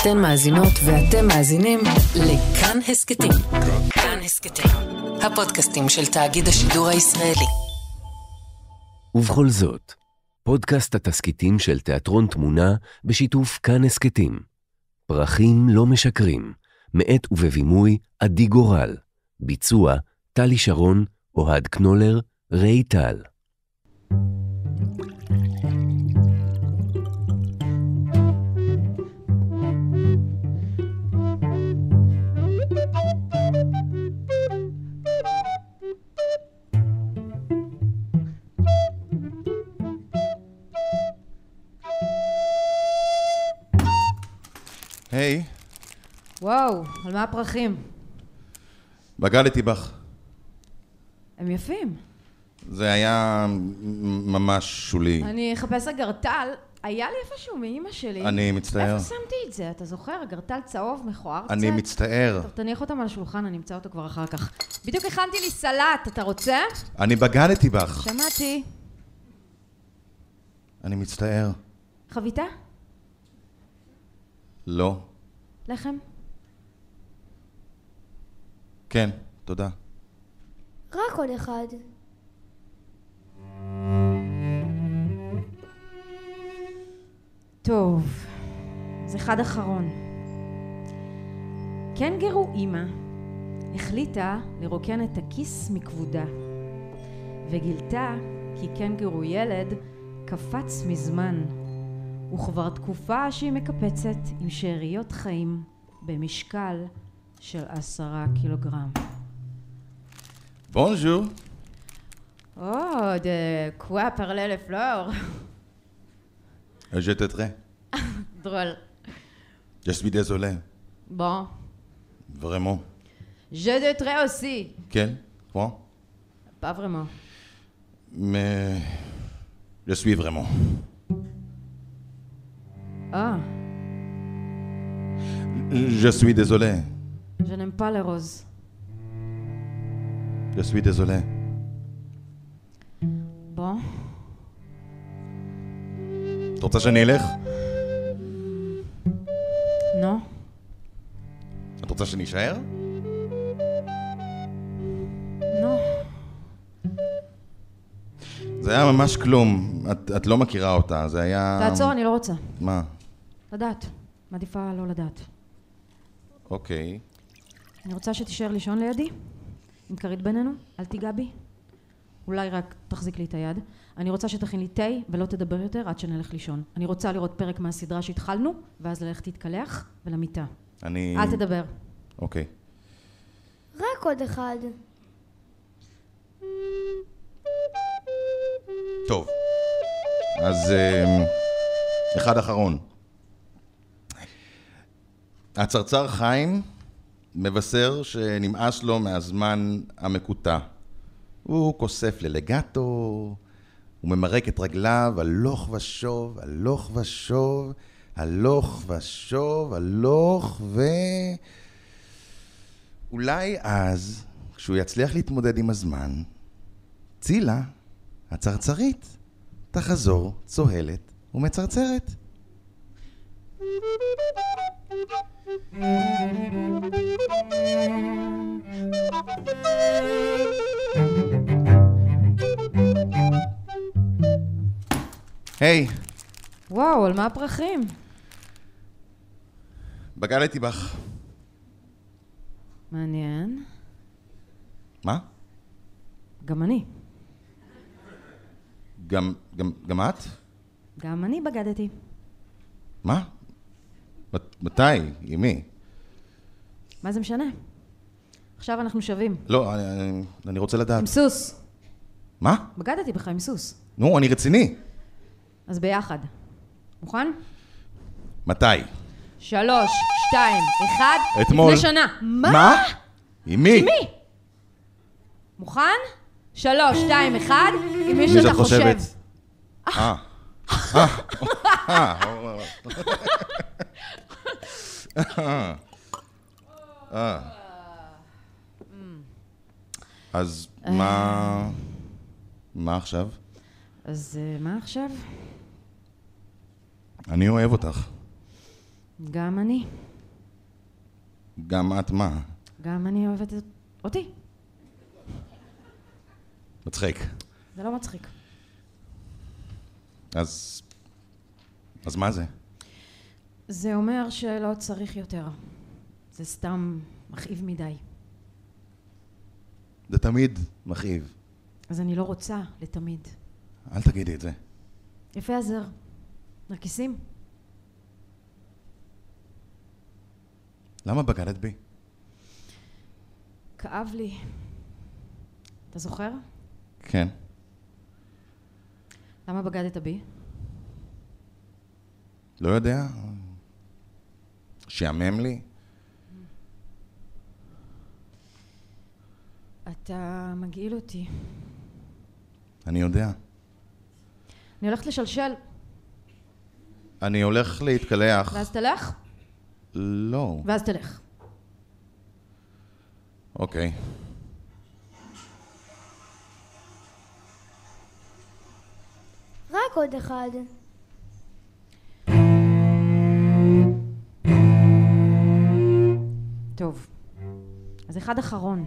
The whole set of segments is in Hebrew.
אתן מאזינות ואתם מאזינים לכאן הסקטים. כאן הסקטים, הפודקאסטים של תאגיד השידור הישראלי. ובכל זאת, פודקאסט התסקיטים של תיאטרון תמונה בשיתוף כאן הסקטים. פרחים לא משקרים, מאת ובבימוי עדי גורל. ביצוע טלי שרון, אוהד קנולר, רי טל. היי. וואו, על מה הפרחים? בגדתי בך. הם יפים. זה היה ממש שולי. אני אחפש אגרטל. היה לי איפשהו מאמא שלי. אני מצטער. איפה שמתי את זה? אתה זוכר? אגרטל צהוב, מכוער קצת? אני מצטער. טוב, תניח אותם על השולחן, אני אמצא אותו כבר אחר כך. בדיוק הכנתי לי סלט, אתה רוצה? אני בגדתי בך. שמעתי. אני מצטער. חביתה? לא. לחם? כן, תודה. רק עוד אחד. טוב, זה אחד אחרון. קנגרו אמא החליטה לרוקן את הכיס מכבודה, וגילתה כי קנגרו ילד קפץ מזמן, וכבר תקופה שהיא מקפצת עם שאריות חיים במשקל של 10 קילוגרם. בונז'ור. de quoi parler les fleurs? Je t'aiderai. Drôle. Je suis désolé. Bon. Vraiment. Je t'aiderai aussi. כן, quoi? Pas vraiment. Mais je suis vraiment. Ah, Je suis désolé. je n'aime pas les roses. Je suis désolé. Bon. את רוצה שאני אלך? Non. את רוצה שאני אשאר? Non. זה היה ממש כלום. את לא מכירה אותה. זה היה... תעצור, אני לא רוצה. מה? לדעת. מעדיפה לא לדעת. אוקיי. אני רוצה שתישאר לישון לידי, עם כרית בינינו, אל תיגע בי. אולי רק תחזיק לי את היד. אני רוצה שתכין לי תה ולא תדבר יותר עד שנלך לישון. אני רוצה לראות פרק מהסדרה שהתחלנו, ואז ללכת להתקלח ולמיטה. אני... אל תדבר. אוקיי. רק עוד אחד. טוב. אז אחד אחרון. הצרצר חיים מבשר שנמאס לו מהזמן המקוטע. הוא כוסף ללגטו, הוא ממרק את רגליו הלוך ושוב, הלוך ושוב, הלוך ושוב, הלוך אולי אז, כשהוא יצליח להתמודד עם הזמן, צילה, הצרצרית, תחזור, צוהלת ומצרצרת. היי. וואו, על מה הפרחים? בגדתי בך. מעניין. מה? גם אני. גם את? גם אני בגדתי. מה? מתי? עם מי? מה זה משנה? עכשיו אנחנו שווים. לא, אני רוצה לדעת. עם סוס. מה? בגדתי בך עם סוס. נו, אני רציני. אז ביחד. מוכן? מתי? 3, 2, 1. אתמול. לפני שנה. מה? עם מי? עם מי? מוכן? 3, 2, 1. עם מי שאתה חושב. אז מה עכשיו? אז מה עכשיו? אני אוהב אותך. גם אני. גם את מה? גם אני אוהבת אותי. מצחיק. זה לא מצחיק. אז מה זה? זה אומר שלא צריך יותר. זה סתם מכאיב מדי. זה תמיד מכאיב. אז אני לא רוצה לתמיד. אל תגידי את זה. יפה עזר. נרקיסים? למה בגדת בי? כאב לי. אתה זוכר? כן. למה בגדת בי? לא יודע. שיאמם לי. אתה מגעיל אותי. אני יודע. אני הולכת לשלשל. אני הולך להתקלח. ואז תלך? לא. ואז תלך. אוקיי. רק עוד אחד. טוב. אז אחד אחרון.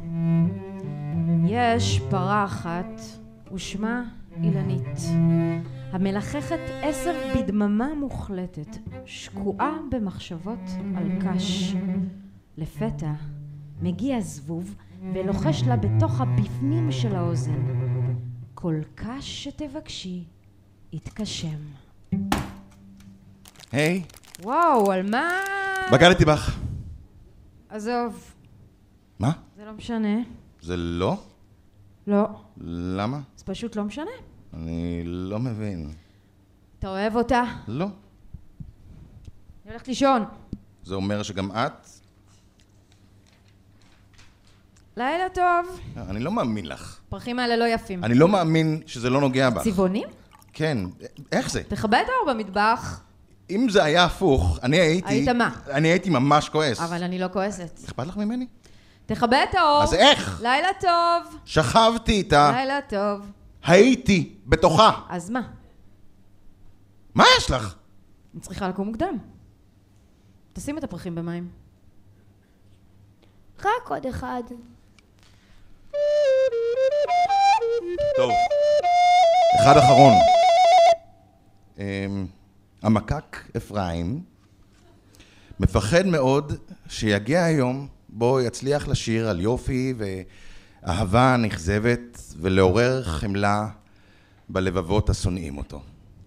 יש פרה אחת ושמה אילנית. המלחכת 10 בדממה מוחלטת, שקועה במחשבות על קש. לפתע מגיע זבוב ולוחש לה בתוך הבפנים של האוזן. כל קש שתבקשי יתקשם. היי. וואו, על מה? בגדתי בך. עזוב. מה? זה לא משנה. זה לא? לא. למה? זה פשוט לא משנה. אני לא מבין. אתה אוהב אותה? לא. אני הולכת לישון. זה אומר שגם את? לילה טוב. אני לא מאמין לך. הפרחים האלה לא יפים. אני לא מאמין שזה לא נוגע בך. צבעונים? כן. איך זה? תכבה את האור במטבח. אם זה היה הפוך, אני הייתי... היית מה? אני הייתי ממש כועס. אבל אני לא כועסת. אכפת לך ממני? תכבה את האור. אז איך? לילה טוב. שכבתי איתה. לילה טוב. הייתי בתוכה. אז מה? מה יש לך? אני צריכה לקום מוקדם. תשים את הפרחים במים. רק עוד אחד. טוב. אחד אחרון. המקק אפרים מפחד מאוד שיגיע היום בו יצליח לשיר על יופי ואהבה נכזבת ולעורר חמלה בלבבות השונאים אותו.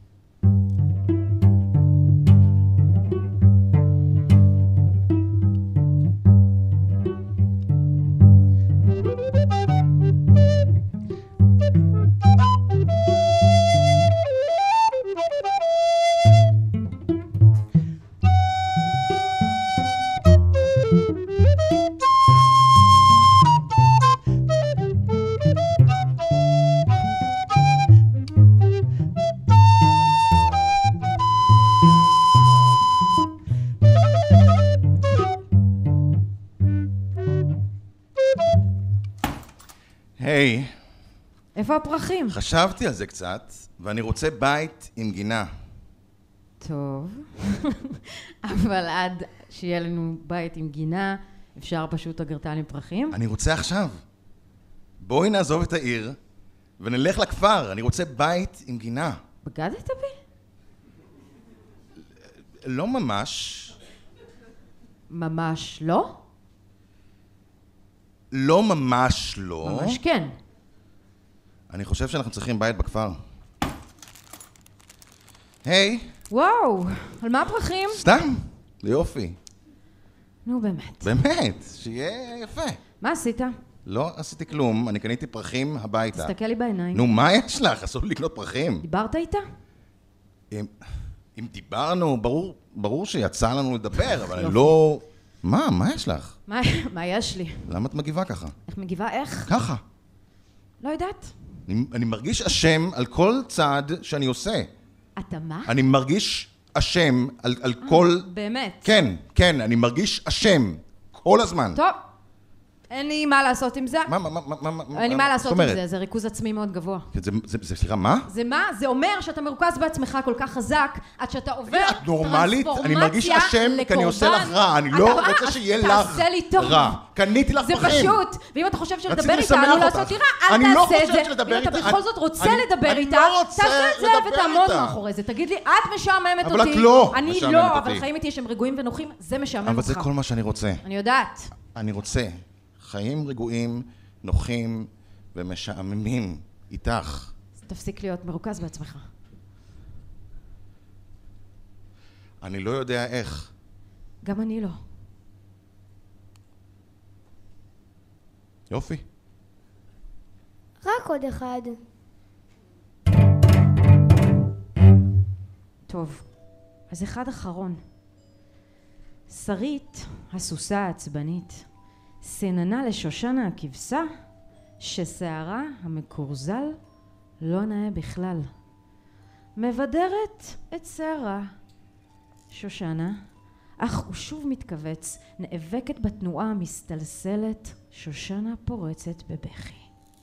היי. איפה הפרחים? חשבתי על זה קצת, ואני רוצה בית עם גינה. טוב. אבל עד שיהיה לנו בית עם גינה, אפשר פשוט אגרטל עם פרחים? אני רוצה עכשיו. בואי נעזוב את העיר ונלך לכפר. אני רוצה בית עם גינה. בגדת בי? לא ממש. ממש לא? לא ממש לא. ממש כן. אני חושב שאנחנו צריכים בית בכפר. היי. וואו, על מה הפרחים? סתם, ליופי. נו באמת. באמת, שיהיה יפה. מה עשית? לא עשיתי כלום, אני קניתי פרחים הביתה. תסתכל לי בעיניים. נו, מה יש לך? אסור לקנות פרחים. דיברת איתה? אם דיברנו, ברור שיצא לנו לדבר, אבל אני לא... מה יש לך? מה יש לי? למה את מגיבה ככה? איך מגיבה? איך? ככה. לא יודעת. אני מרגיש אשם על כל צעד שאני עושה. אתה מה? אני מרגיש אשם על כל... באמת? כן, אני מרגיש אשם כל הזמן. טוב. אין לי מה לעשות עם זה. אין לי מה לעשות עם זה, זה ריכוז עצמי מאוד גבוה. סליחה, מה? זה מה? זה אומר שאתה מרוכז בעצמך כל כך חזק, עד שאתה עובר את נורמלית? אני מרגיש אשם כי אני עושה לך רע, אני לא רוצה שיהיה לך רע. קניתי לך פרחים. זה פשוט, ואם אתה חושב שלדבר איתה, עלול לעשות לי רע, אל תעשה את זה. אם אתה בכל זאת רוצה לדבר איתה, תעשה את זה ותעמוד מאחורי זה. תגיד לי, את משעממת אותי. אבל את לא. אני לא, אבל חיים איתי שהם רגועים ונוחים, זה משעמם אותך. אבל זה כל מה שאני רוצה. אני יודעת. אני רוצה חיים רגועים, נוחים ומשעממים איתך. תפסיק להיות מרוכז בעצמך. אני לא יודע איך. גם אני לא. יופי. רק עוד אחד. טוב, אז אחד אחרון. שרית, הסוסה העצבנית, סננה לשושנה הכבשה, ששערה המקורזל לא נאה בכלל. מבדרת את שערה. שושנה, אך הוא שוב מתכווץ, נאבקת בתנועה המסתלסלת, שושנה פורצת בבכי.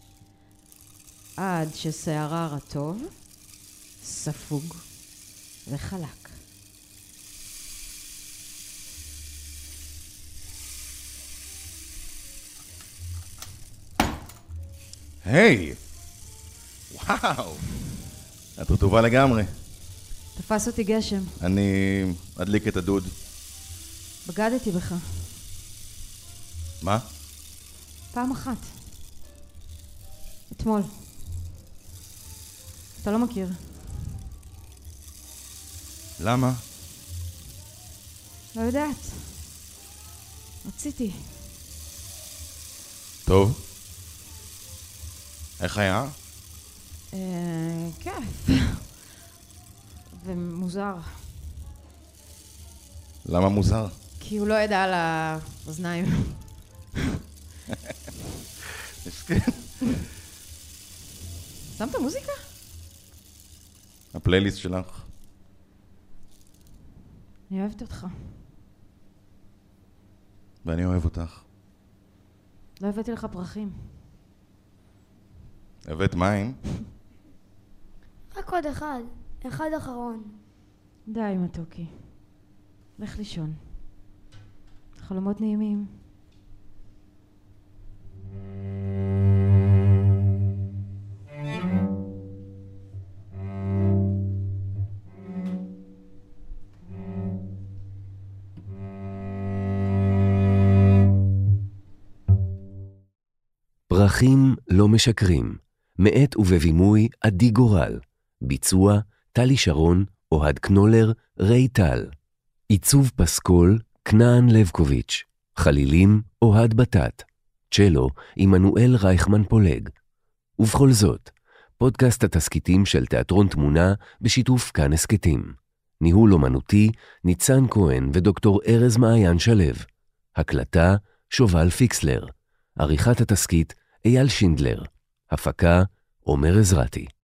עד ששערה רטוב, ספוג וחלק. היי! וואו! את רטובה לגמרי. תפס אותי גשם. אני אדליק את הדוד. בגדתי בך. מה? פעם אחת. אתמול. אתה לא מכיר. למה? לא יודעת. רציתי. טוב. איך היה? כיף. ומוזר. למה מוזר? כי הוא לא ידע על האוזניים. מסכן. שמת מוזיקה? הפלייליסט שלך. אני אוהבת אותך. ואני אוהב אותך. לא הבאתי לך פרחים. הבאת מים? רק עוד אחד. אחד אחרון. די, מתוקי. לך לישון. חלומות נעימים. פרחים לא משקרים, מאת ובבימוי עדי גורל, ביצוע טלי שרון, אוהד קנולר, רי טל, עיצוב פסקול, כנען לבקוביץ', חלילים, אוהד בטט, צ'לו, עמנואל רייכמן פולג. ובכל זאת, פודקאסט התסקיטים של תיאטרון תמונה בשיתוף כאן הסקטים. ניהול אומנותי, ניצן כהן ודוקטור ארז מעיין שלב. הקלטה, שובל פיקסלר. עריכת התסקית, אייל שינדלר. הפקה, עומר עזרתי.